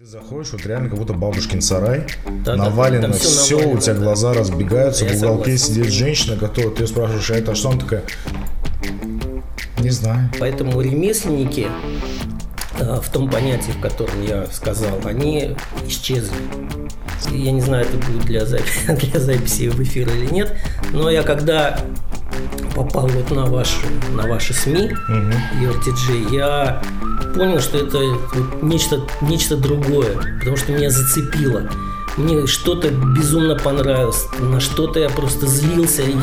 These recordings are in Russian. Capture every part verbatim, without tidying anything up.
Ты заходишь, вот реально как будто бабушкин сарай, да, навалено да, все, навалено, у тебя да. глаза разбегаются, Я в уголке согласен. сидит женщина, которую ты спрашиваешь, а это что? Она такая, не знаю. Поэтому ремесленники, в том понятии, в котором я сказал, они исчезли. Я не знаю, это будет для записи, для записи в эфир или нет, но я когда попал вот на ваши, на ваши СМИ, uh-huh. ю ар ти джей, я понял, что это вот нечто, нечто другое, потому что меня зацепило. Мне что-то безумно понравилось, на что-то я просто злился и,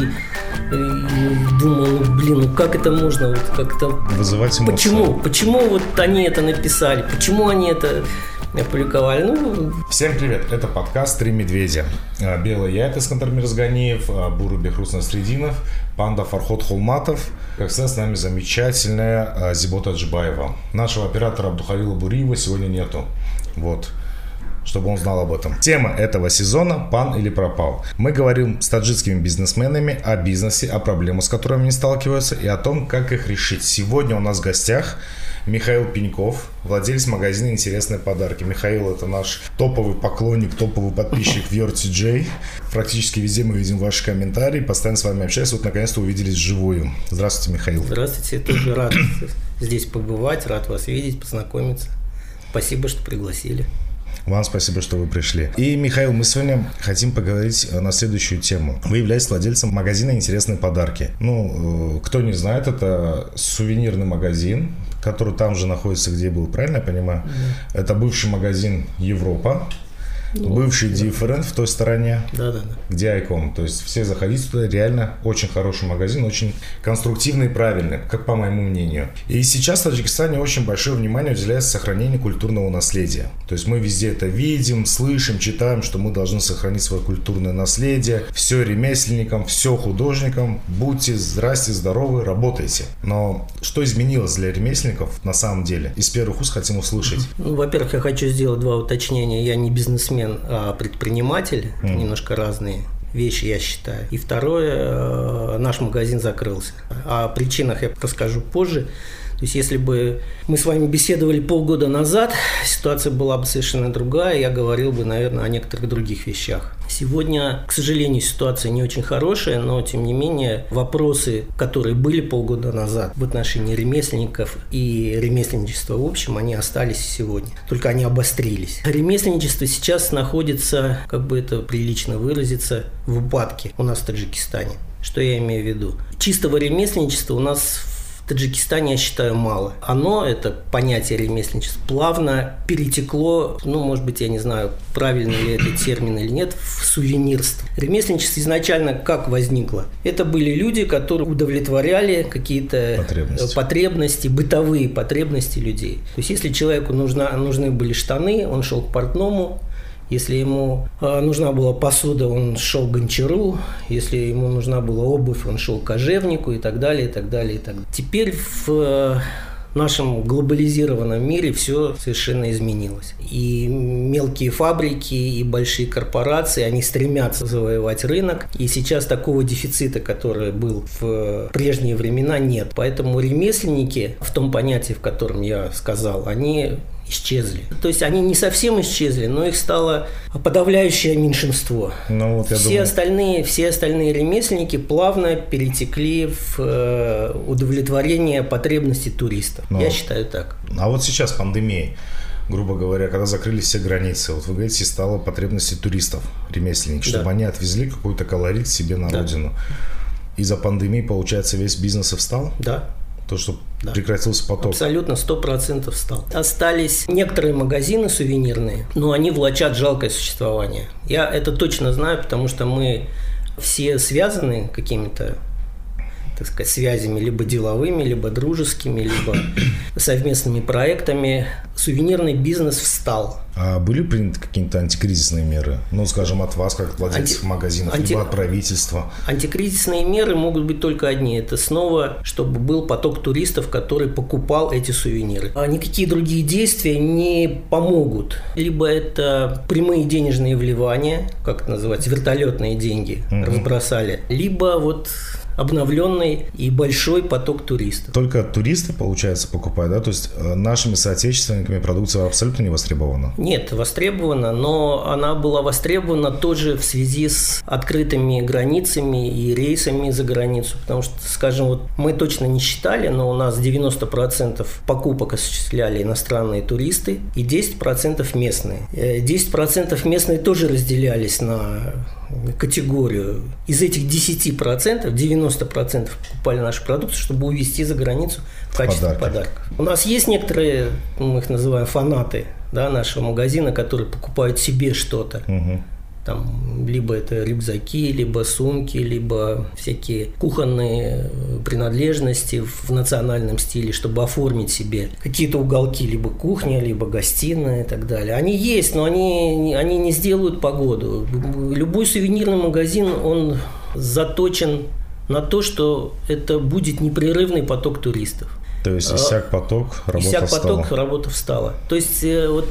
и думал, ну блин, ну как это можно, вот как это... Вызывать эмоции. Почему? Почему вот они это написали? Почему они это опубликовали? Ну... Всем привет, это подкаст «Три медведя». Белый я, это Искандер Мирзганиев, Буры Бехрус Насрединов, Панда Фархот Холматов. Как всегда, с нами замечательная Зибота Аджибаева. Нашего оператора Абдухавила Буриева сегодня нету. Вот. Чтобы он знал об этом. Тема этого сезона – «Пан или пропал». Мы говорим с таджикскими бизнесменами о бизнесе, о проблемах, с которыми они сталкиваются, и о том, как их решить. Сегодня у нас в гостях Михаил Пеньков, владелец магазина «Интересные подарки». Михаил – это наш топовый поклонник, топовый подписчик в ю ар ти джей. Практически везде мы видим ваши комментарии, постоянно с вами общаюсь. Вот наконец-то увиделись вживую. Здравствуйте, Михаил. Здравствуйте, я тоже рад здесь побывать, рад вас видеть, познакомиться. Спасибо, что пригласили. Вам спасибо, что вы пришли. И, Михаил, мы сегодня хотим поговорить на следующую тему. Вы являетесь владельцем магазина «Интересные подарки». Ну, кто не знает, это сувенирный магазин, который там же находится, где был, правильно я понимаю? Да. Это бывший магазин «Европа». Ну, бывший да. Different в той стороне, да, да, да. где Icon. То есть все заходите туда, реально очень хороший магазин, очень конструктивный и правильный, как по моему мнению. И сейчас в Таджикистане очень большое внимание уделяется сохранению культурного наследия. То есть мы везде это видим, слышим, читаем, что мы должны сохранить свое культурное наследие. Все ремесленникам, все художникам. Будьте здрасте, здоровы, работайте. Но что изменилось для ремесленников на самом деле? Из первых уст хотим услышать. Ну, во-первых, я хочу сделать два уточнения. Я не бизнесмен, а предприниматель, mm. немножко разные вещи, я считаю. И второе, наш магазин закрылся. О причинах я расскажу позже. То есть, если бы мы с вами беседовали полгода назад, ситуация была бы совершенно другая, я говорил бы, наверное, о некоторых других вещах. Сегодня, к сожалению, ситуация не очень хорошая, но, тем не менее, вопросы, которые были полгода назад в отношении ремесленников и ремесленничества в общем, они остались сегодня, только они обострились. Ремесленничество сейчас находится, как бы это прилично выразиться, в упадке у нас в Таджикистане. Что я имею в виду? Чистого ремесленничества у нас в Таджикистане, я считаю, мало. Оно, это понятие ремесленничества, плавно перетекло, ну, может быть, я не знаю, правильный ли это термин или нет, в сувенирство. Ремесленничество изначально как возникло? Это были люди, которые удовлетворяли какие-то потребности, потребности бытовые потребности людей. То есть, если человеку нужна, нужны были штаны, он шел к портному. Если ему э, нужна была посуда, он шел к гончару. Если ему нужна была обувь, он шел к кожевнику и так далее, и так далее, и так далее. Теперь в э, нашем глобализированном мире все совершенно изменилось. И мелкие фабрики, и большие корпорации, они стремятся завоевать рынок. И сейчас такого дефицита, который был в прежние времена, нет. Поэтому ремесленники, в том понятии, в котором я сказал, они исчезли. То есть они не совсем исчезли, но их стало подавляющее меньшинство. Ну, вот я все, думаю... остальные, все остальные ремесленники плавно перетекли в э, удовлетворение потребностей туристов. Но... Я считаю так. А вот сейчас пандемия, грубо говоря, когда закрылись все границы, вот вы говорите, стало потребности туристов, ремесленников, чтобы да. они отвезли какой-то колорит себе на да. родину. Из-за пандемии, получается, весь бизнес и встал? Да. То, что да. прекратился поток. Абсолютно, сто процентов стал. Остались некоторые магазины сувенирные, но они влачат жалкое существование. Я это точно знаю, потому что мы все связаны какими-то, так сказать, связями, либо деловыми, либо дружескими, либо совместными проектами. Сувенирный бизнес встал. А были приняты какие-то антикризисные меры? Ну, скажем, от вас, как владельцев Анти... магазинов, Анти... либо от правительства? Антикризисные меры могут быть только одни. Это снова, чтобы был поток туристов, который покупал эти сувениры. А никакие другие действия не помогут. Либо это прямые денежные вливания, как это называется, вертолетные деньги угу. разбросали. Либо вот обновленный и большой поток туристов. Только туристы, получается, покупают, да? То есть нашими соотечественниками продукция абсолютно не востребована? Не Нет, востребована, но она была востребована тоже в связи с открытыми границами и рейсами за границу, потому что, скажем, вот мы точно не считали, но у нас девяносто процентов покупок осуществляли иностранные туристы и десять процентов местные. десять процентов местные тоже разделялись на категорию. Из этих десяти процентов девяносто процентов покупали нашу продукцию, чтобы увезти за границу в качестве Подарки. подарков. У нас есть некоторые, мы их называем фанаты, да, нашего магазина, которые покупают себе что-то. Угу. Там, либо это рюкзаки, либо сумки, либо всякие кухонные принадлежности в национальном стиле, чтобы оформить себе какие-то уголки, либо кухня, либо гостиная и так далее. Они есть, но они, они не сделают погоду. Любой сувенирный магазин, он заточен на то, что это будет непрерывный поток туристов. То есть иссяк поток, работа иссяк встала. поток, работа встала. То есть вот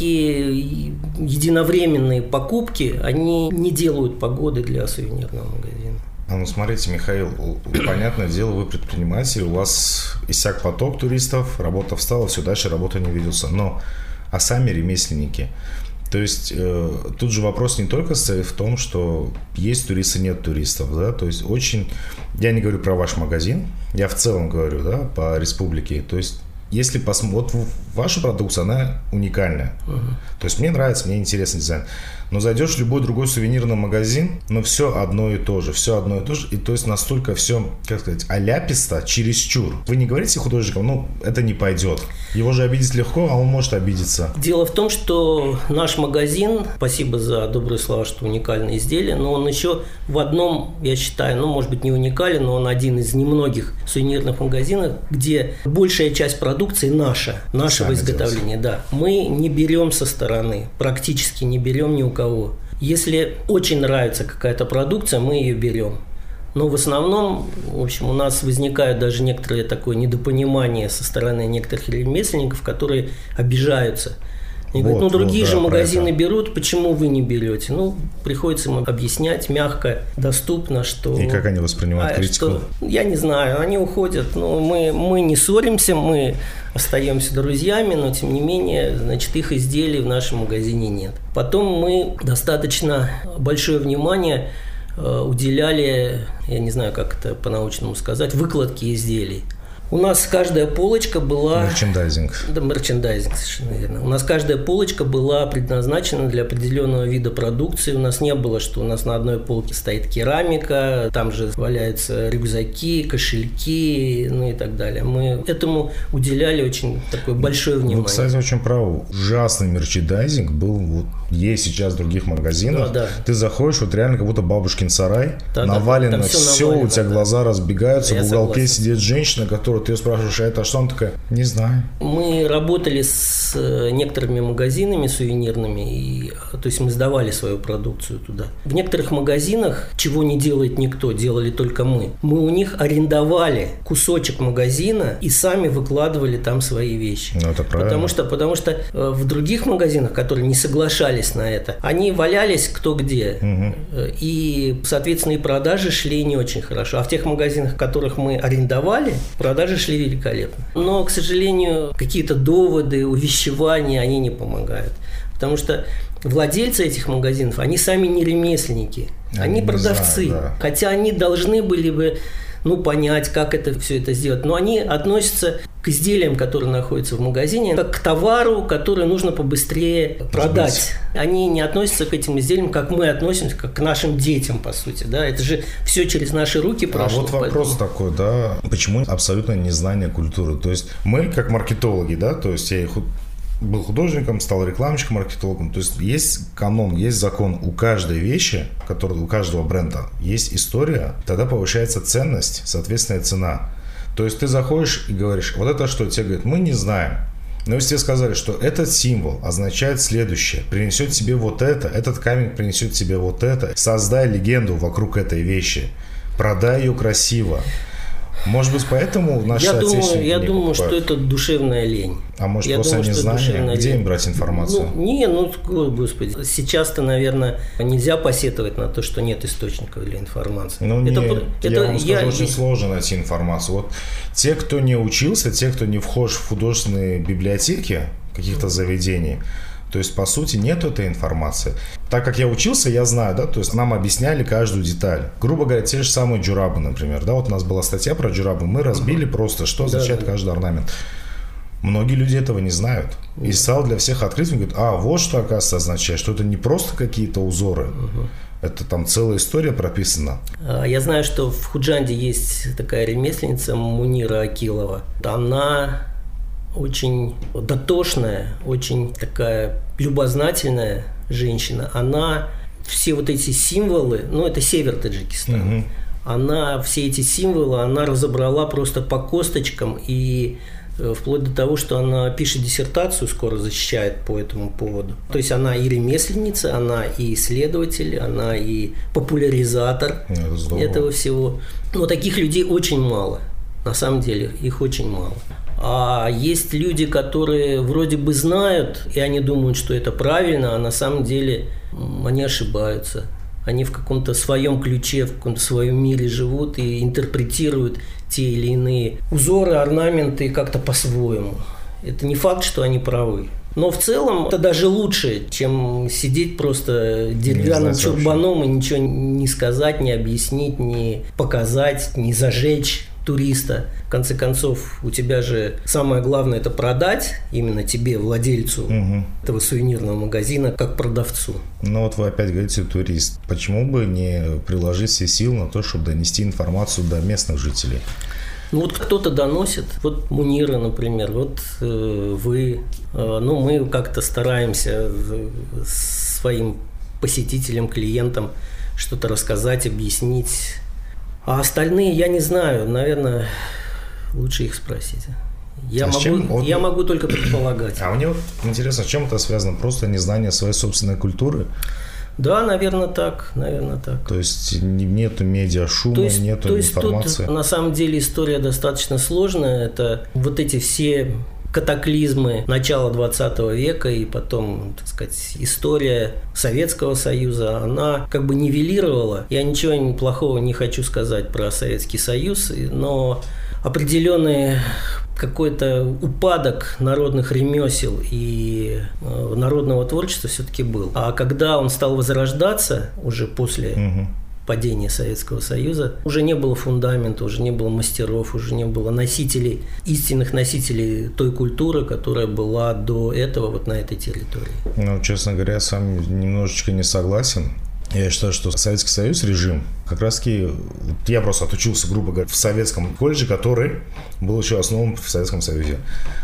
такие единовременные покупки, они не делают погоды для сувенирного магазина. А ну смотрите, Михаил, понятное дело, вы предприниматель, у вас иссяк поток туристов, работа встала, все, дальше работа не ведется. Но, а сами ремесленники? То есть э, тут же вопрос не только стоит в том, что есть туристы, нет туристов, да, то есть очень, я не говорю про ваш магазин, я в целом говорю, да, по республике, то есть если посмотреть, вот ваша продукция, она уникальная, uh-huh. то есть мне нравится, мне интересный дизайн, но зайдешь в любой другой сувенирный магазин, но все одно и то же, все одно и то же, и то есть настолько все, как сказать, аляписто, чересчур. Вы не говорите художникам, ну, это не пойдет, его же обидеть легко, а он может обидеться. Дело в том, что наш магазин, спасибо за добрые слова, что уникальное изделие, но он еще в одном, я считаю, ну, может быть, не уникален, но он один из немногих сувенирных магазинов, где большая часть продукции наша, нашего Сами изготовления, делать. Да. Мы не берем со стороны, практически не берем ни у кого. Если очень нравится какая-то продукция, мы ее берем. Но в основном, в общем, у нас возникает даже некоторое такое недопонимание со стороны некоторых ремесленников, которые обижаются. Они вот, говорят, ну другие вот, же да, магазины берут, почему вы не берете? Ну, приходится им объяснять мягко, доступно, что... И как они воспринимают а, критику? Что, я не знаю, они уходят, но мы, мы не ссоримся, мы остаемся друзьями, но тем не менее, значит, их изделий в нашем магазине нет. Потом мы достаточно большое внимание уделяли, я не знаю, как это по-научному сказать, выкладке изделий. У нас каждая полочка была... Мерчендайзинг. Да, мерчендайзинг, совершенно верно. У нас каждая полочка была предназначена для определенного вида продукции. У нас не было, что у нас на одной полке стоит керамика, там же валяются рюкзаки, кошельки, ну и так далее. Мы этому уделяли очень такое большое внимание. Вы, кстати, очень правы. Ужасный мерчендайзинг был, вот, есть сейчас в других магазинах. Да, да. Ты заходишь, вот реально как будто бабушкин сарай, да, навалено да, все, все навалено, у тебя да. глаза разбегаются, да, в уголке согласен. Сидит женщина, которая ты ее спрашиваешь, а это что? Она такая, не знаю. Мы работали с некоторыми магазинами сувенирными, и, то есть мы сдавали свою продукцию туда. В некоторых магазинах, чего не делает никто, делали только мы. Мы у них арендовали кусочек магазина и сами выкладывали там свои вещи. Ну, это правильно. Потому что, потому что в других магазинах, которые не соглашались на это, они валялись кто где. Угу. И, соответственно, и продажи шли не очень хорошо. А в тех магазинах, в которых мы арендовали, продажи шли великолепно. Но, к сожалению, какие-то доводы, увещевания, они не помогают. Потому что владельцы этих магазинов, они сами не ремесленники, они, они продавцы. Знаю, да. Хотя они должны были бы ну, понять, как это все это сделать. Но они относятся к изделиям, которые находятся в магазине, как к товару, который нужно побыстрее продать. Они не относятся к этим изделиям, как мы относимся, как к нашим детям, по сути. Да? Это же все через наши руки прошло. А вот вопрос поэтому... такой, да, почему абсолютно незнание культуры? То есть мы, как маркетологи, да, то есть я их был художником, стал рекламщиком, маркетологом. То есть есть канон, есть закон. У каждой вещи, который, у каждого бренда есть история, тогда повышается ценность, соответственно, цена. То есть ты заходишь и говоришь, вот это что? Тебе говорят, мы не знаем. Но если тебе сказали, что этот символ означает следующее, принесет тебе вот это, этот камень принесет тебе вот это, создай легенду вокруг этой вещи, продай ее красиво. Может быть, поэтому наши я соотечественники думаю, Я не думаю, покупают. что это душевная лень. А может, я просто думаю, незнание? Где лень. Им брать информацию? Ну, не, ну, господи. Сейчас-то, наверное, нельзя посетовать на то, что нет источников для информации. Ну, это, нет, это, я вам скажу, я... очень сложно найти информацию. Вот те, кто не учился, те, кто не вхож в художественные библиотеки каких-то заведений, То есть, по сути, нет этой информации. Так как я учился, я знаю, да, то есть нам объясняли каждую деталь. Грубо говоря, те же самые джурабы, например, да, вот у нас была статья про джурабы, мы разбили uh-huh. просто, что означает да, да. каждый орнамент. Многие люди этого не знают. И стал для всех открытым, говорит, а, вот что, оказывается, означает, что это не просто какие-то узоры, uh-huh. это там целая история прописана. Я знаю, что в Худжанде есть такая ремесленница Мунира Акилова. Она очень дотошная, очень такая любознательная женщина. Она все вот эти символы, ну, это север Таджикистана, угу. она все эти символы, она разобрала просто по косточкам, и вплоть до того, что она пишет диссертацию, скоро защищает по этому поводу. То есть она и ремесленница, она и исследователь, она и популяризатор этого всего. Но таких людей очень мало. На самом деле их очень мало. А есть люди, которые вроде бы знают, и они думают, что это правильно, а на самом деле они ошибаются. Они в каком-то своем ключе, в каком-то своем мире живут и интерпретируют те или иные узоры, орнаменты как-то по-своему. Это не факт, что они правы. Но в целом это даже лучше, чем сидеть просто деревянным чурбаном и ничего не сказать, не объяснить, не показать, не зажечь туриста. В конце концов, у тебя же самое главное – это продать именно тебе, владельцу угу. этого сувенирного магазина, как продавцу. Ну вот вы опять говорите турист. Почему бы не приложить все силы на то, чтобы донести информацию до местных жителей? Ну вот кто-то доносит, вот Мунира, например, вот э, вы, э, ну мы как-то стараемся своим посетителям, клиентам что-то рассказать, объяснить. А остальные, я не знаю, наверное, лучше их спросить. Я, а могу, чем, вот, я могу только предполагать. А мне вот интересно, с чем это связано? Просто незнание своей собственной культуры? Да, наверное, так, наверное, так. То есть нету медиашума, то есть, нету то есть информации? Тут, на самом деле история достаточно сложная. Это вот эти все катаклизмы начала двадцатого века и потом, так сказать, история Советского Союза, она как бы нивелировала. Я ничего плохого не хочу сказать про Советский Союз, но определенный какой-то упадок народных ремесел и народного творчества все-таки был. А когда он стал возрождаться уже после угу. падения Советского Союза, уже не было фундамента, уже не было мастеров, уже не было носителей, истинных носителей той культуры, которая была до этого вот на этой территории. Ну, честно говоря, я с вами немножечко не согласен. Я считаю, что Советский Союз, режим, как раз таки, я просто отучился, грубо говоря, в советском колледже, который был еще основан в Советском Союзе.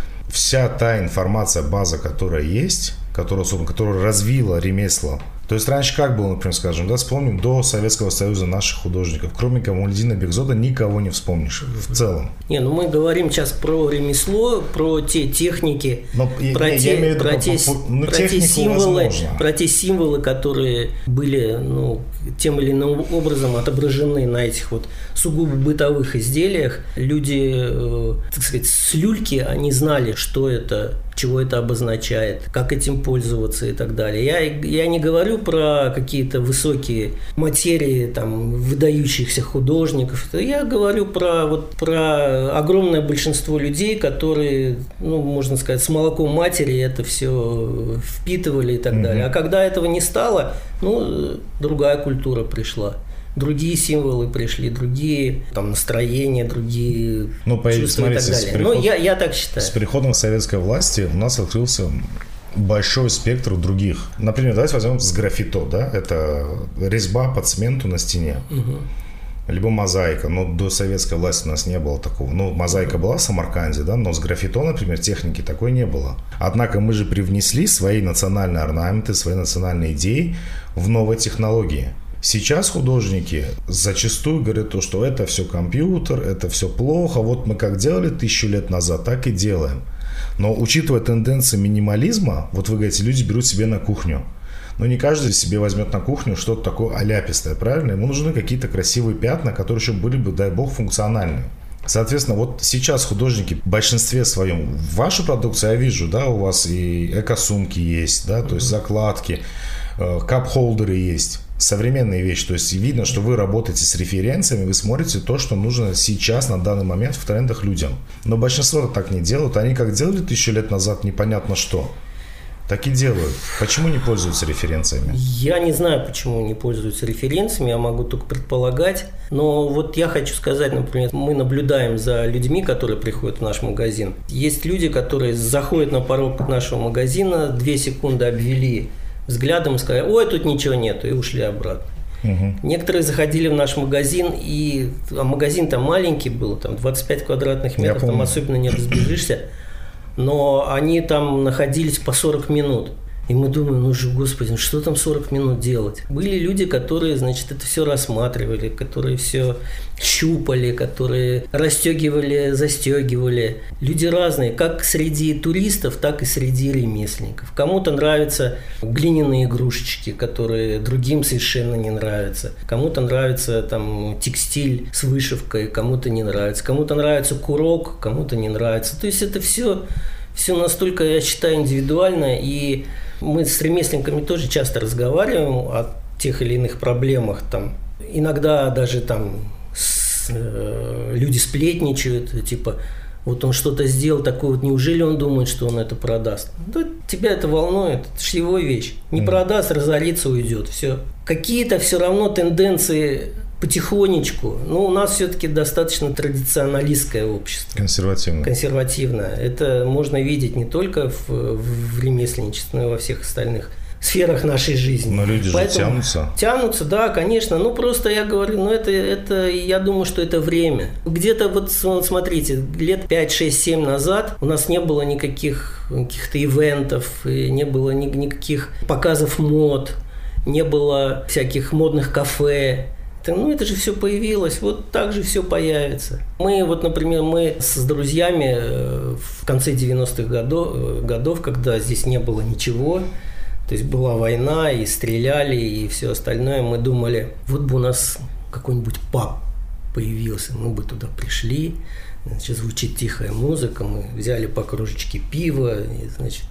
Вся та информация, база, которая есть, которая, которая развила ремесло. То есть раньше как было, например, скажем, да, вспомним до Советского Союза наших художников. Кроме Камалетдина Бекзода никого не вспомнишь в целом. Не, ну мы говорим сейчас про ремесло, про те техники, Но, про, не, те, виду, про, те, ну, про те символы, про те символы, которые были, ну, тем или иным образом отображены на этих вот сугубо бытовых изделиях. Люди, э, так сказать, с люльки, они знали, что это, чего это обозначает, как этим пользоваться и так далее. Я, я не говорю про какие-то высокие материи, там, выдающихся художников. Я говорю про, вот, про огромное большинство людей, которые, ну, можно сказать, с молоком матери это все впитывали и так mm-hmm. далее. А когда этого не стало, ну, другая культура пришла. Другие символы пришли, другие там настроения, другие ну, чувства смотрите, и так далее. Приход... Ну, я, я так считаю. С приходом советской власти у нас открылся большой спектр других. Например, давайте возьмем сграффито, да, это резьба по цементу на стене. Угу. Либо мозаика, но до советской власти у нас не было такого. Ну, мозаика была в Самарканде, да, но сграффито, например, техники такой не было. Однако мы же привнесли свои национальные орнаменты, свои национальные идеи в новые технологии. Сейчас художники зачастую говорят то, что это все компьютер, это все плохо, вот мы как делали тысячу лет назад, так и делаем. Но учитывая тенденции минимализма, вот вы говорите, люди берут себе на кухню. Но не каждый себе возьмет на кухню что-то такое аляпистое, правильно? Ему нужны какие-то красивые пятна, которые еще были бы, дай бог, функциональны. Соответственно, вот сейчас художники в большинстве своем, вашу продукцию я вижу, да, у вас и эко-сумки есть, да, то есть закладки, кап-холдеры есть. Современные вещи, то есть видно, что вы работаете с референциями, вы смотрите то, что нужно сейчас, на данный момент в трендах людям. Но большинство так не делают, они как делали тысячу лет назад, непонятно что. Так и делают. Почему не пользуются референциями? Я не знаю, почему не пользуются референциями, я могу только предполагать. Но вот я хочу сказать, например, мы наблюдаем за людьми, которые приходят в наш магазин. Есть люди, которые заходят на порог нашего магазина, две секунды обвели взглядом и сказали: ой, тут ничего нету, и ушли обратно. Угу. Некоторые заходили в наш магазин, и а магазин там маленький был, там двадцать пять квадратных метров, там особенно не разбежишься. Но они там находились по сорок минут. И мы думаем, ну же, господи, что там сорок минут делать? Были люди, которые, значит, это все рассматривали, которые все щупали, которые расстегивали, застегивали. Люди разные, как среди туристов, так и среди ремесленников. Кому-то нравятся глиняные игрушечки, которые другим совершенно не нравятся. Кому-то нравится там текстиль с вышивкой, кому-то не нравится. Кому-то нравится курок, кому-то не нравится. То есть это все, все настолько, я считаю, индивидуально. И мы с ремесленниками тоже часто разговариваем о тех или иных проблемах. Там, иногда даже там с, э, люди сплетничают, типа, вот он что-то сделал такое, вот неужели он думает, что он это продаст? Да, тебя это волнует, это же его вещь. Не mm. продаст, разорится, уйдет, все. Какие-то все равно тенденции потихонечку, но у нас все-таки достаточно традиционалистское общество. Консервативное. Консервативное. Это можно видеть не только в, в ремесленничестве, но и во всех остальных сферах нашей жизни. Но люди Поэтому же тянутся. Тянутся, да, конечно. Ну, просто я говорю, ну, это, это, я думаю, что это время. Где-то вот, смотрите, лет пять, шесть, семь назад у нас не было никаких каких-то ивентов, не было ни, никаких показов мод, не было всяких модных кафе. Ну, это же все появилось, вот так же все появится. Мы, вот, например, мы с друзьями в конце девяностых годов, годов, когда здесь не было ничего, то есть была война, и стреляли, и все остальное, мы думали, вот бы у нас какой-нибудь паб появился, мы бы туда пришли, значит, звучит тихая музыка, мы взяли по кружечке пива, и, значит,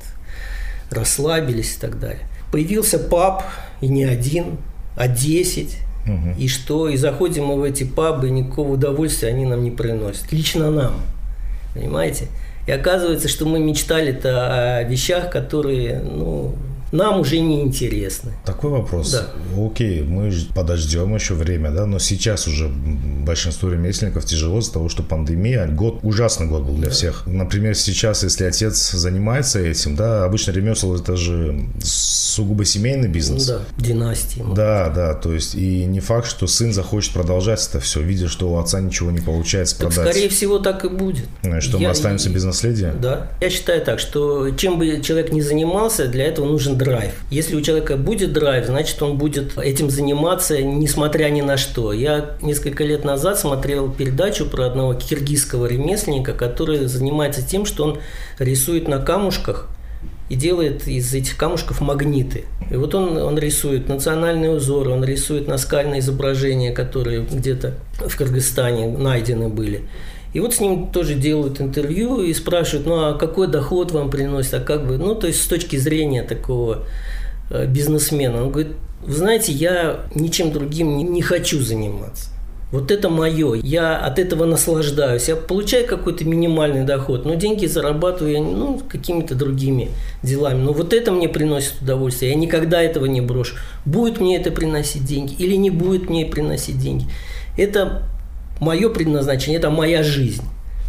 расслабились и так далее. Появился паб, и не один, а десять. И что? И заходим мы в эти пабы, и никакого удовольствия они нам не приносят. Лично нам. Понимаете? И оказывается, что мы мечтали-то о вещах, которые, ну, нам уже не интересны. Такой вопрос. Да. Окей, мы подождем еще время, да, но сейчас уже большинству ремесленников тяжело из-за того, что пандемия, год, ужасный год был для да. всех. Например, сейчас, если отец занимается этим, да, обычно ремесел это же сугубо семейный бизнес. Да, династии. Да, да, то есть и не факт, что сын захочет продолжать это все, видя, что у отца ничего не получается так, продать. Скорее всего, так и будет. Ну, что я, мы останемся без наследия? Да. Я считаю так, что чем бы человек ни занимался, для этого нужен драйв. Если у человека будет драйв, значит, он будет этим заниматься, несмотря ни на что. Я несколько лет назад смотрел передачу про одного киргизского ремесленника, который занимается тем, что он рисует на камушках и делает из этих камушков магниты. И вот он, он рисует национальные узоры, он рисует наскальные изображения, которые где-то в Кыргызстане найдены были. И вот с ним тоже делают интервью и спрашивают, ну а какой доход вам приносит, а как бы, ну то есть с точки зрения такого э, бизнесмена. Он говорит, вы знаете, я ничем другим не, не хочу заниматься. Вот это мое, я от этого наслаждаюсь, я получаю какой-то минимальный доход, но деньги зарабатываю я, ну, какими-то другими делами. Но вот это мне приносит удовольствие, я никогда этого не брошу. Будет мне это приносить деньги или не будет мне приносить деньги. Это мое предназначение, это моя жизнь.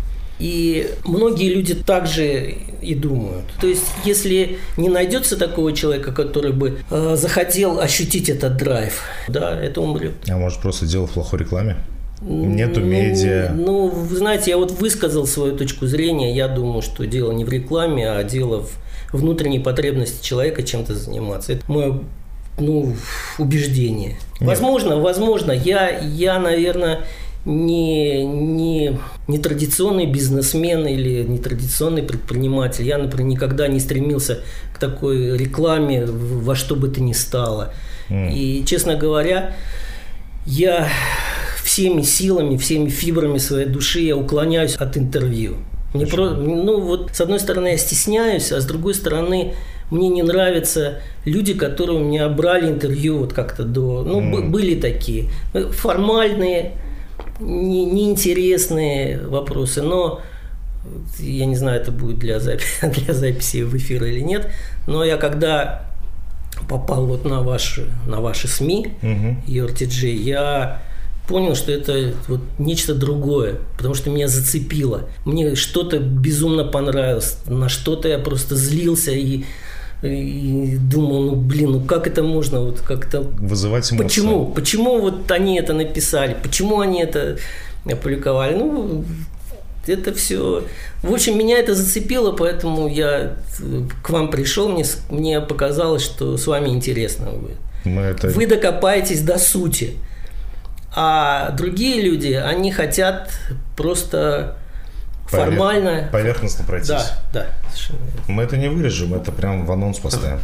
И многие люди также и думают. То есть, если не найдется такого человека, который бы э, захотел ощутить этот драйв, да, это умрет. А может, просто дело в плохой рекламе? Нету медиа? Ну, ну, вы знаете, я вот высказал свою точку зрения. Я думаю, что дело не в рекламе, а дело в внутренней потребности человека чем-то заниматься. Это мое, ну, убеждение. Нет. Возможно, возможно, я, я, наверное, не, не, не традиционный бизнесмен или нетрадиционный предприниматель. Я, например, никогда не стремился к такой рекламе во что бы то ни стало. Mm. И, честно говоря, я всеми силами, всеми фибрами своей души я уклоняюсь от интервью. Мне про, ну, вот, с одной стороны, я стесняюсь, а с другой стороны, мне не нравятся люди, которые у меня брали интервью вот как-то до... Ну, mm. были такие формальные, неинтересные вопросы, но я не знаю, это будет для записи, для записи в эфир или нет, но я когда попал вот на ваши, на ваши СМИ, угу. ю ар ти джей, я понял, что это вот нечто другое, потому что меня зацепило. Мне что-то безумно понравилось, на что-то я просто злился и, и думал, ну блин, ну как это можно вот как-то... Вызывать эмоции. Почему? Почему вот они это написали? Почему они это опубликовали? Ну, это все... В общем, меня это зацепило, поэтому я к вам пришел, мне, мне показалось, что с вами интересно будет. Мы это... Вы докопаетесь до сути. А другие люди, они хотят просто Повер... формально... Поверхностно пройтись. Да, да. Мы это не вырежем, это прям в анонс поставим.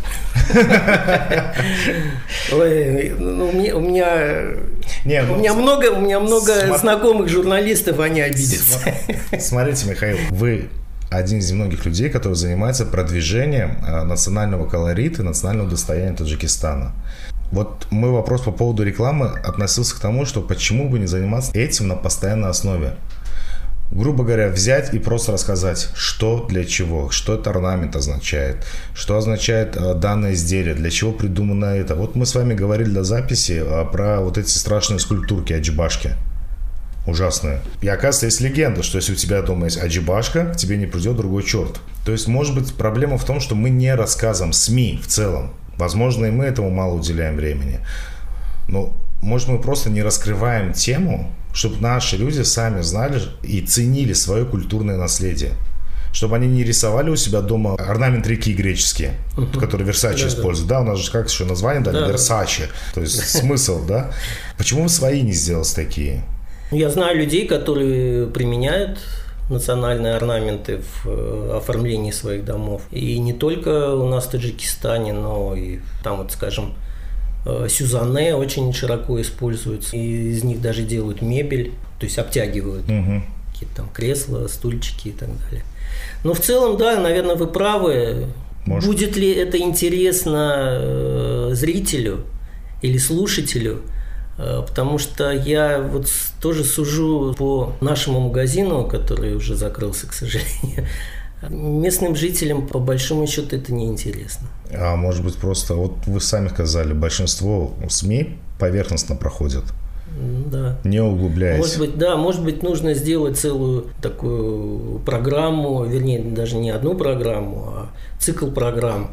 Ой, ну, у меня, у меня, не, ну, у меня много, у меня много см... знакомых журналистов, они обидятся. Смотрите, Михаил, вы один из немногих людей, который занимается продвижением национального колорита и национального достояния Таджикистана. Вот мой вопрос по поводу рекламы относился к тому, что почему бы не заниматься этим на постоянной основе. Грубо говоря, взять и просто рассказать, что для чего, что это орнамент означает, что означает э, данное изделие, для чего придумано это. Вот мы с вами говорили до записи э, про вот эти страшные скульптурки аджибашки. Ужасные. И оказывается, есть легенда, что если у тебя дома есть аджибашка, к тебе не придет другой черт. То есть, может быть, проблема в том, что мы не рассказываем СМИ в целом. Возможно, и мы этому мало уделяем времени. Но, может, мы просто не раскрываем тему, чтобы наши люди сами знали и ценили свое культурное наследие. Чтобы они не рисовали у себя дома орнамент реки греческие, uh-huh. который Версачи да, использует. Да. да, у нас же как еще название дали? Да, Версачи. То есть смысл, да? Почему вы свои не сделали такие? Я знаю людей, которые применяют национальные орнаменты в оформлении своих домов. И не только у нас в Таджикистане, но и там, вот, скажем, сюзанне очень широко используются. И из них даже делают мебель, то есть обтягивают угу. какие-то там кресла, стульчики и так далее. Но в целом, да, наверное, вы правы. Может. Будет ли это интересно зрителю или слушателю? Потому что я вот тоже сужу по нашему магазину, который уже закрылся, к сожалению. Местным жителям, по большому счету, это неинтересно. А может быть, просто, вот вы сами сказали, большинство СМИ поверхностно проходят. Да. Не углубляясь. Может быть, да, может быть, нужно сделать целую такую программу, вернее, даже не одну программу, а цикл программ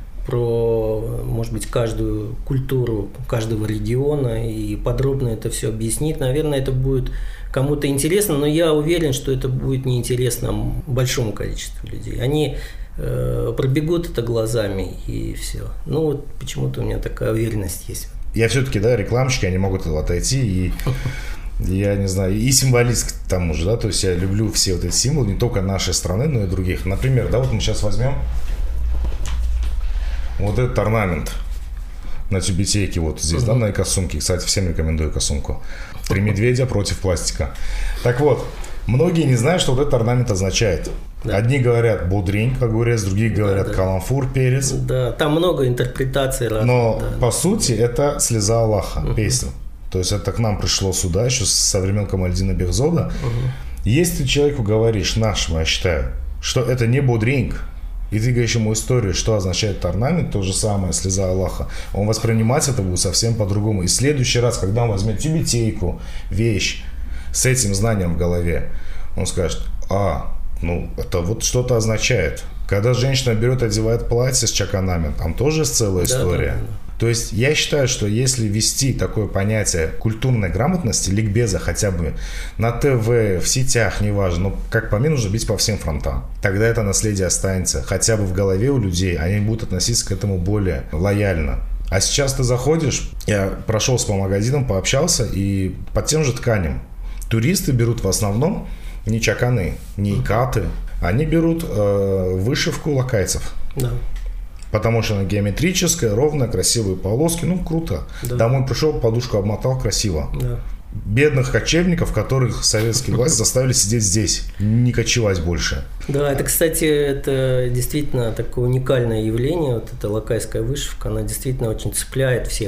про, может быть, каждую культуру каждого региона и подробно это все объяснить. Наверное, это будет кому-то интересно, но я уверен, что это будет неинтересно большому количеству людей. Они э, пробегут это глазами и все. Ну вот почему-то у меня такая уверенность есть. Я все-таки, да, рекламщики, они могут отойти и... Я не знаю, и символист к тому же, да, то есть я люблю все вот эти символы, не только нашей страны, но и других. Например, да, вот мы сейчас возьмем вот этот орнамент на тюбетейке вот здесь, uh-huh. да, на экосумке. Кстати, всем рекомендую экосумку. Три медведя против пластика. Так вот, многие не знают, что вот этот орнамент означает. Да. Одни говорят бодринь, как говорят, другие говорят да, да. каламфур, перец. Да, там много интерпретаций разных. Но да. по сути это слеза Аллаха, uh-huh. песня. То есть это к нам пришло сюда еще со времен Камальдина Бехзода. Uh-huh. Если ты человеку говоришь, нашему, я считаю, что это не бодринг, и ты говоришь ему историю, что означает орнамент, то же самое, слеза Аллаха, он воспринимать это будет совсем по-другому. И в следующий раз, когда он возьмет тюбетейку, вещь с этим знанием в голове, он скажет, а, ну, это вот что-то означает. Когда женщина берет, одевает платье с чаканами, там тоже есть целая да, история. Да, да. То есть я считаю, что если ввести такое понятие культурной грамотности, ликбеза хотя бы на ТВ, в сетях, неважно, но как по мне нужно бить по всем фронтам. Тогда это наследие останется. Хотя бы в голове у людей, они будут относиться к этому более лояльно. А сейчас ты заходишь, я прошелся по магазинам, пообщался, и по тем же тканям туристы берут в основном не чаканы, не икаты, они берут э, вышивку лакайцев. Да. Потому что она геометрическая, ровная, красивые полоски. Ну, круто. Да. Домой пришел, подушку обмотал, красиво. Да. Бедных кочевников, которых советские власти заставили сидеть здесь, не кочевать больше. Да, это, кстати, это действительно такое уникальное явление. Вот эта лакайская вышивка, она действительно очень цепляет всех.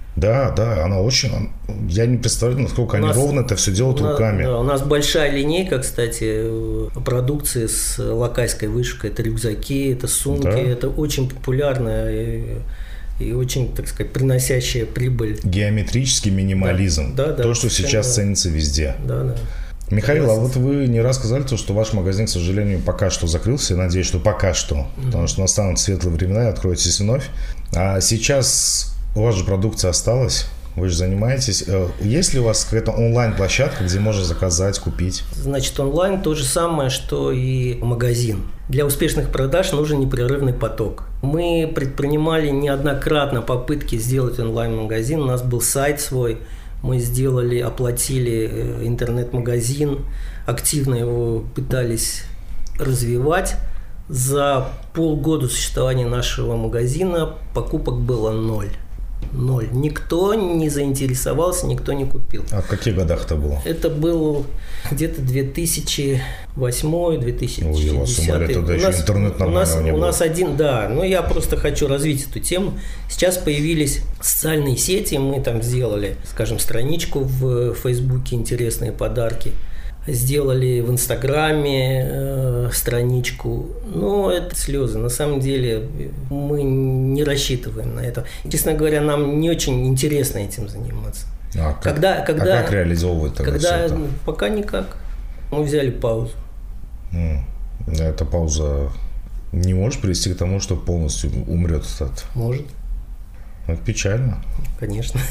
Да, да, она очень... Я не представляю, насколько они нас, ровно это все делают нас, руками. Да, у нас большая линейка, кстати, продукции с лакайской вышивкой. Это рюкзаки, это сумки. Да. Это очень популярно и, и очень, так сказать, приносящая прибыль. Геометрический минимализм. Да, да, да, то, что сейчас да. ценится везде. Да, да. Михаил, а вот вы не раз сказали, то, что ваш магазин, к сожалению, пока что закрылся. Я надеюсь, что пока что. Mm-hmm. Потому что настанут светлые времена и откроетесь вновь. А сейчас... У вас же продукция осталась, вы же занимаетесь. Есть ли у вас какая-то онлайн-площадка, где можно заказать, купить? Значит, онлайн то же самое, что и магазин. Для успешных продаж нужен непрерывный поток. Мы предпринимали неоднократно попытки сделать онлайн-магазин. У нас был сайт свой, мы сделали, оплатили интернет-магазин, активно его пытались развивать. За полгода существования нашего магазина покупок было ноль. Ноль. Никто не заинтересовался, никто не купил. А в каких годах это было? Это был где-то две тысячи восьмой - две тысячи десятый. Ой, тогда еще нас, интернет нормального у нас, не было. У нас один, да, но я просто хочу развить эту тему. Сейчас появились социальные сети, мы там сделали, скажем, страничку в Фейсбуке «Интересные подарки». Сделали в Инстаграме э, страничку, но это слезы. На самом деле мы не рассчитываем на это. Честно говоря, нам не очень интересно этим заниматься. А как, когда, когда, а как реализовывать тогда когда, все это? Пока никак. Мы взяли паузу. Mm. Эта пауза не может привести к тому, что полностью умрет этот? Может. Это печально. Конечно.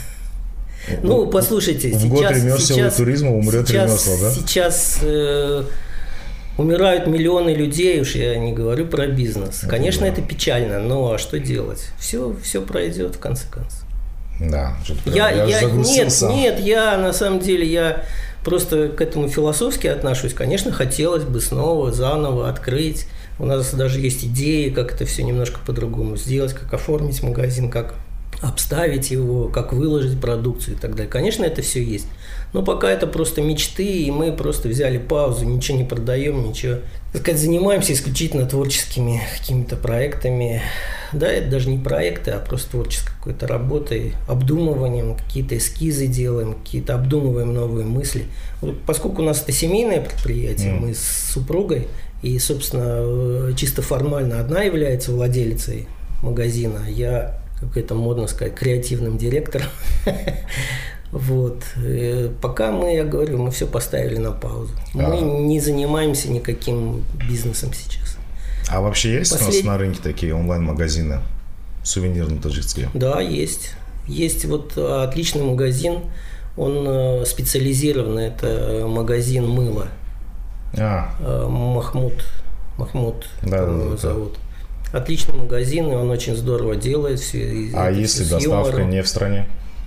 Ну, послушайте, в сейчас... год ремесла и туризма умрет сейчас, ремесло, да? Сейчас э, умирают миллионы людей, уж я не говорю про бизнес. Это Конечно, да. это печально, но что делать? Все, все пройдет, в конце концов. Да, я, я, я нет, сам. нет, я на самом деле, я просто к этому философски отношусь. Конечно, хотелось бы снова, заново открыть. У нас даже есть идеи, как это все немножко по-другому сделать, как оформить магазин, как... обставить его, как выложить продукцию и так далее. Конечно, это все есть. Но пока это просто мечты, и мы просто взяли паузу, ничего не продаем, ничего. Так сказать, занимаемся исключительно творческими какими-то проектами. Да, это даже не проекты, а просто творческой какой-то работой, обдумыванием, какие-то эскизы делаем, какие-то обдумываем новые мысли. Поскольку у нас это семейное предприятие, mm. мы с супругой, и, собственно, чисто формально одна является владелицей магазина, я... как это модно сказать, креативным директором. Вот. Пока мы, я говорю, мы все поставили на паузу. Мы а. не занимаемся никаким бизнесом сейчас. А вообще есть Послед... у нас на рынке такие онлайн-магазины сувенирно-таджикские? Да, есть. Есть вот отличный магазин, он специализированный, это магазин мыла. А. Махмуд. Махмуд да, его да, зовут. Отличный магазин, и он очень здорово делает все. А если доставка юмором. Не в стране?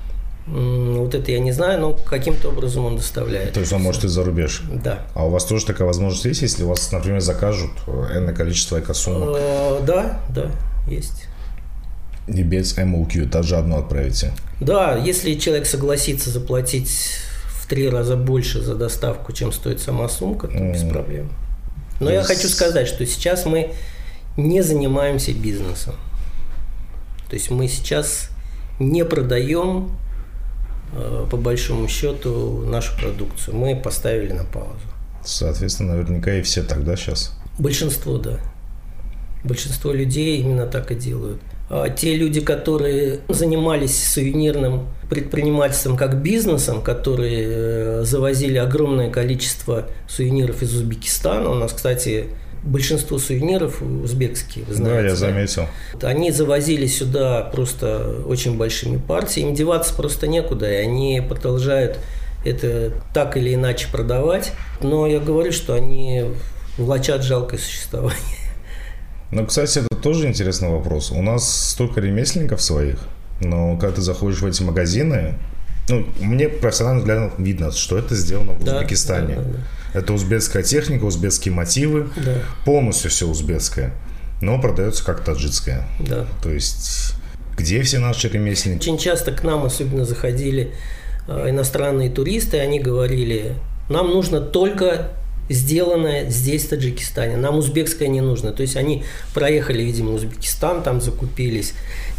Вот это я не знаю, но каким-то образом он доставляет. То есть он все. Может из-за рубеж? Да. А у вас тоже такая возможность есть, если у вас, например, закажут энное количество экосумок? Да, да, есть. И без эм эл кью даже одно отправите? Да, если человек согласится заплатить в три раза больше за доставку, чем стоит сама сумка, то mm. без проблем. Но то я есть... хочу сказать, что сейчас мы не занимаемся бизнесом. То есть мы сейчас не продаем, э, по большому счету, нашу продукцию. Мы поставили на паузу. Соответственно, наверняка и все тогда сейчас. Большинство, да. Большинство людей именно так и делают. А те люди, которые занимались сувенирным предпринимательством как бизнесом, которые э, завозили огромное количество сувениров из Узбекистана. У нас, кстати, большинство сувениров узбекские, вы знаете. Да, я заметил. Они завозили сюда просто очень большими партиями. Им деваться просто некуда, и они продолжают это так или иначе продавать. Но я говорю, что они влачат жалкое существование. Ну, кстати, это тоже интересный вопрос. У нас столько ремесленников своих, но когда ты заходишь в эти магазины, ну, мне профессионально взглядом видно, что это сделано в да, Узбекистане. Да, да, да. Это узбекская техника, узбекские мотивы, да. Полностью все узбекское, но продается как таджикское. Да. То есть, где все наши ремесленники? Очень часто к нам особенно заходили иностранные туристы, они говорили, нам нужно только сделанное здесь, в Таджикистане. Нам узбекское не нужно. То есть они проехали, видимо, Узбекистан, там закупились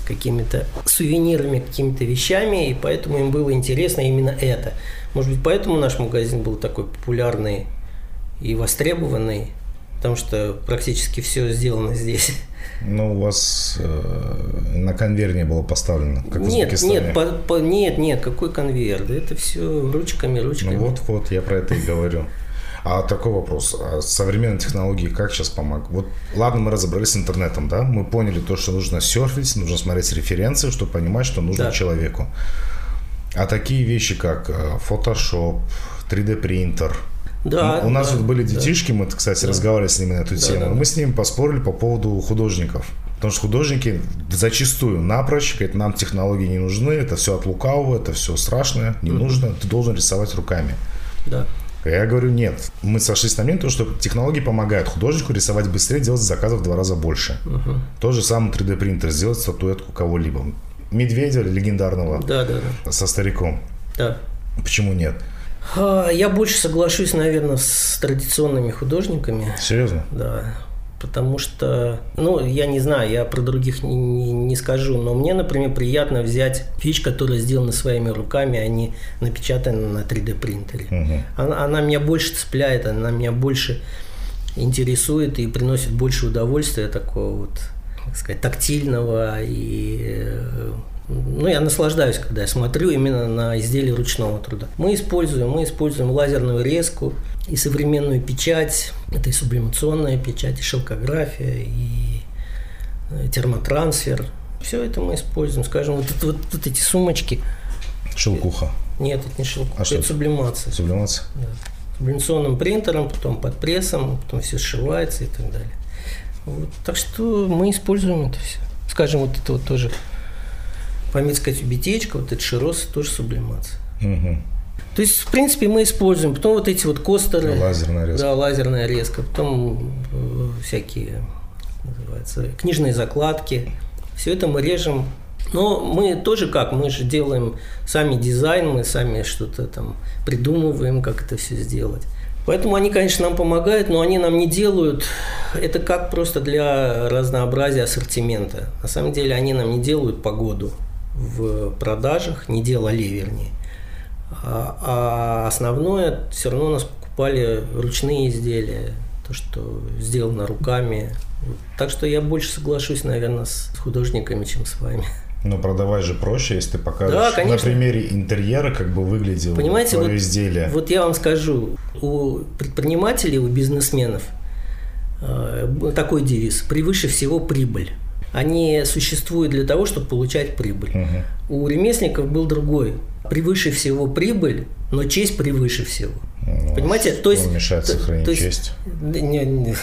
какими-то сувенирами, какими-то вещами, и поэтому им было интересно именно это. Может быть, поэтому наш магазин был такой популярный и востребованный, потому что практически все сделано здесь. Ну, у вас э, на конвейер не было поставлено, как в нет, Узбекистане. Нет, по, по, нет, нет, какой конвейер? Это все ручками, ручками. Ну, вот-вот, я про это и говорю. А такой вопрос. А современные технологии как сейчас помогают? Вот, ладно, мы разобрались с интернетом, да? Мы поняли то, что нужно серфить, нужно смотреть референции, чтобы понимать, что нужно да. человеку. А такие вещи, как Photoshop, три дэ принтер. Да, У нас да, вот были детишки, да. мы, кстати, да. разговаривали с ними на эту да, тему. Да, да. Мы с ними поспорили по поводу художников. Потому что художники зачастую напрочь говорят, нам технологии не нужны, это все от лукавого, это все страшное, не mm-hmm. нужно, ты должен рисовать руками. Да. Я говорю, нет. Мы сошлись на мнение, что технологии помогают художнику рисовать быстрее, делать заказов в два раза больше. Uh-huh. Тот же самый три дэ принтер, сделать статуэтку кого-либо. Медведя легендарного да, да, да. со стариком. Да. Почему нет? Я больше соглашусь, наверное, с традиционными художниками. Серьезно? Да. Потому что, ну, я не знаю, я про других не, не, не скажу, но мне, например, приятно взять вещь, которая сделана своими руками, а не напечатана на три дэ принтере. Uh-huh. Она, она меня больше цепляет, она меня больше интересует и приносит больше удовольствия такого вот, так сказать, тактильного. И, ну, я наслаждаюсь, когда я смотрю именно на изделия ручного труда. Мы используем, мы используем лазерную резку и современную печать. Это и сублимационная печать, и шелкография, и термотрансфер. Все это мы используем. Скажем, вот, это, вот, вот эти сумочки. Шелкуха? Нет, это не шелкуха, а это, это сублимация. Сублимация? Да. Сублимационным принтером, потом под прессом, потом все сшивается и так далее. Вот. Так что мы используем это все. Скажем, вот это вот тоже по-медски битечка, вот это широс, тоже сублимация. Угу. То есть, в принципе, мы используем. Потом вот эти вот костеры. Лазерная резка. Да, лазерная резка. Потом э, всякие, называется, книжные закладки. Все это мы режем. Но мы тоже как? Мы же делаем сами дизайн, мы сами что-то там придумываем, как это все сделать. Поэтому они, конечно, нам помогают, но они нам не делают. Это как просто для разнообразия ассортимента. На самом деле они нам не делают погоду в продажах, не делали, вернее. А, а основное, все равно у нас покупали ручные изделия, то, что сделано руками. Так что я больше соглашусь, наверное, с художниками, чем с вами. Но продавать же проще, если ты покажешь да, на примере интерьера, как бы выглядело Понимаете, твое вот, изделие. Вот я вам скажу, у предпринимателей, у бизнесменов э, такой девиз: превыше всего прибыль. Они существуют для того, чтобы получать прибыль. Угу. У ремесленников был другой: превыше всего прибыль, но честь превыше всего. Ну, понимаете? То есть мешает то, сохранить то есть, честь. Не, не.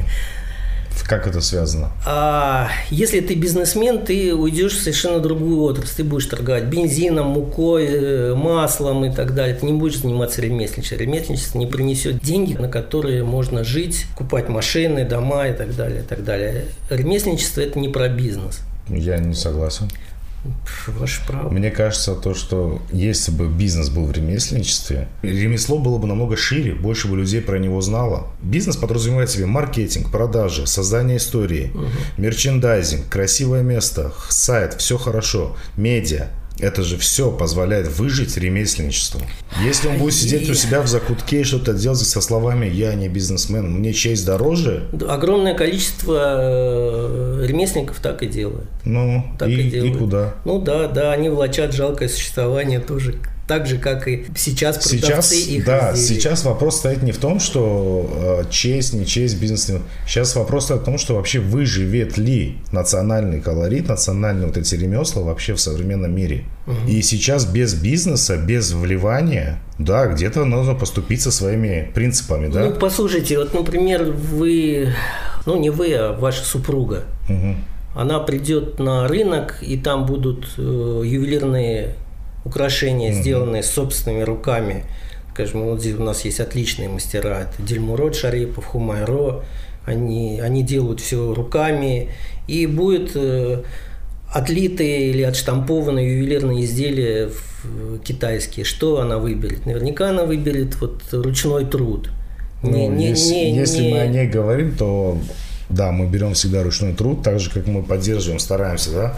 Как это связано? А, если ты бизнесмен, ты уйдешь в совершенно другую отрасль. Ты будешь торговать бензином, мукой, маслом и так далее. Ты не будешь заниматься ремесленничеством. Ремесленничество не принесет деньги, на которые можно жить, покупать машины, дома и так далее, и так далее. Ремесленничество – это не про бизнес. Я не согласен. Ваше право. Мне кажется, то, что если бы бизнес был в ремесленничестве, ремесло было бы намного шире, больше бы людей про него знало. Бизнес подразумевает в себе маркетинг, продажи, создание истории, угу. мерчендайзинг, красивое место, сайт, все хорошо, медиа. Это же все позволяет выжить ремесленничеству. Если он будет сидеть у себя в закутке и что-то делать со словами «я не бизнесмен, мне честь дороже». Огромное количество ремесленников так и делают. Ну, так и, и, делают. И куда? Ну да, да, они влачат жалкое существование тоже. Так же, как и сейчас продавцы сейчас, их да, изделий. Сейчас вопрос стоит не в том, что э, честь, не честь, бизнес. Сейчас вопрос стоит в том, что вообще выживет ли национальный колорит, национальные вот эти ремесла вообще в современном мире. Угу. И сейчас без бизнеса, без вливания, да, где-то нужно поступить со своими принципами, да. Ну, послушайте, вот, например, вы, ну, не вы, а ваша супруга, угу. она придет на рынок, и там будут э, ювелирные украшения, mm-hmm. сделанные собственными руками. Скажем, вот здесь у нас есть отличные мастера. Это Дильмурод Шарипов, Хумайро. Они, они делают все руками. И будет э, отлитые или отштампованные ювелирные изделия в, китайские. Что она выберет? Наверняка она выберет вот ручной труд. Ну, не, не, если не, если не... мы о ней говорим, то да, мы берем всегда ручной труд, так же, как мы поддерживаем, стараемся, да,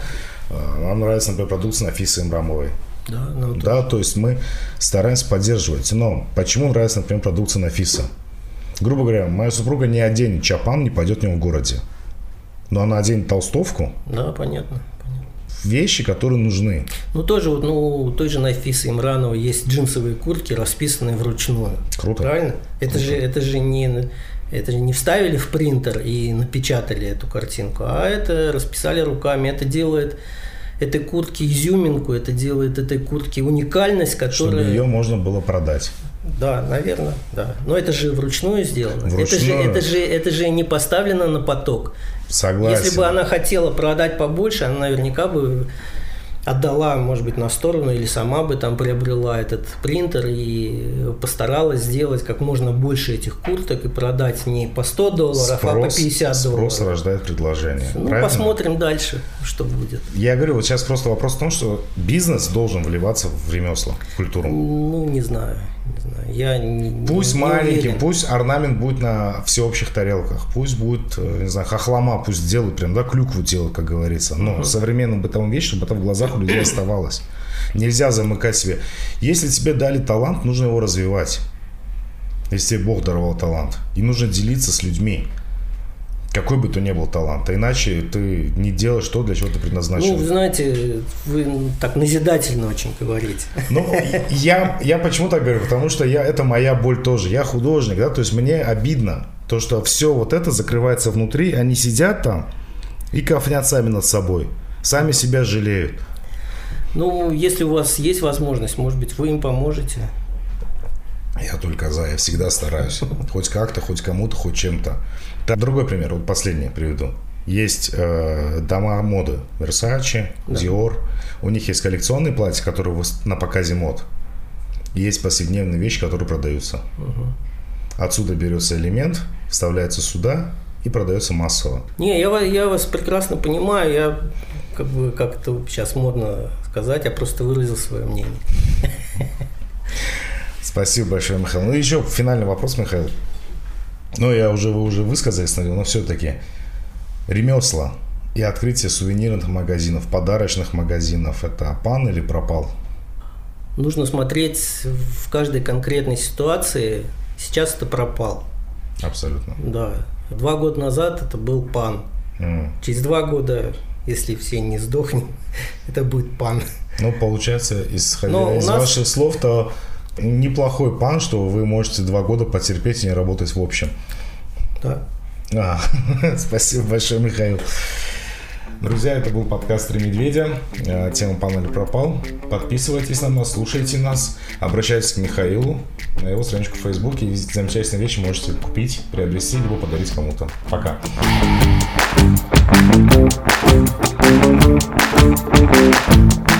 Нам нравится, например, продукция Нафисы Имрамовой. Да, нам да, тоже. То есть мы стараемся поддерживать. Но почему нравится, например, продукция Нафиса? Грубо говоря, моя супруга не оденет чапан, не пойдет в него в городе. Но она оденет толстовку. Да, понятно. Вещи, которые нужны. Ну, тоже вот, ну, у той же Нафисы Имрановой есть джинсовые куртки, расписанные вручную. Круто. Правильно? Это Круто. же, это же не... Это же не вставили в принтер и напечатали эту картинку, а это расписали руками. Это делает этой куртке изюминку, это делает этой куртке уникальность, которая... Чтобы ее можно было продать. Да, наверное, да. Но это же вручную сделано. Вручную. Это же, это же, это же не поставлено на поток. Согласен. Если бы она хотела продать побольше, она наверняка бы отдала, может быть, на сторону или сама бы там приобрела этот принтер и постаралась сделать как можно больше этих курток и продать не по сто долларов, спрос, а по пятьдесят долларов. Спрос рождает предложение. Ну, правильно? посмотрим дальше, что будет. Я говорю, вот сейчас просто вопрос в том, что бизнес должен вливаться в ремесла, в культуру. Ну, не знаю. Не знаю. Я не, Пусть не маленький, уверен. пусть орнамент будет на всеобщих тарелках, пусть будет, не знаю, хохлома, пусть делают прям, да, клюкву делают, как говорится. Но uh-huh. современным бытовым вещи, чтобы это в глазах у людей оставалось. Нельзя замыкать себе. Если тебе дали талант, нужно его развивать. Если тебе Бог даровал талант. И нужно делиться с людьми. Какой бы то ни был талант. А иначе ты не делаешь то, для чего ты предназначен. Ну, вы знаете, вы так назидательно очень говорите. Ну, я, я почему так говорю? Потому что я, это моя боль тоже. Я художник, да, то есть мне обидно, то, что все вот это закрывается внутри, они сидят там и кафнят сами над собой. Сами себя жалеют. Ну, если у вас есть возможность, может быть, вы им поможете. Я только за, я всегда стараюсь. Хоть как-то, хоть кому-то, хоть чем-то. Так, другой пример, вот последний приведу. Есть э, дома моды Versace, да. Dior. У них есть коллекционные платья, которые на показе мод. Есть повседневные вещи, которые продаются. Угу. Отсюда берется элемент, вставляется сюда и продается массово. Не, я, я вас прекрасно понимаю. Я как бы как-то сейчас модно сказать, я просто выразил свое мнение. Спасибо большое, Михаил. Ну, еще финальный вопрос, Михаил. Ну, я уже, вы уже высказались, но все-таки ремесла и открытие сувенирных магазинов, подарочных магазинов – это пан или пропал? Нужно смотреть в каждой конкретной ситуации. Сейчас это пропал. Абсолютно. Да. Два года назад это был пан. Mm. Через два года, если все не сдохнем, это будет пан. Ну, получается, исходя Но из нас... ваших слов, то неплохой пан, что вы можете два года потерпеть и не работать в общем. Да. А, спасибо большое, Михаил. Друзья, это был подкаст «Три медведя». Тема «Пан или пропал». Подписывайтесь на нас, слушайте нас, обращайтесь к Михаилу на его страничку в Фейсбуке. И замечательные вещи можете купить, приобрести, либо подарить кому-то. Пока. Thank you.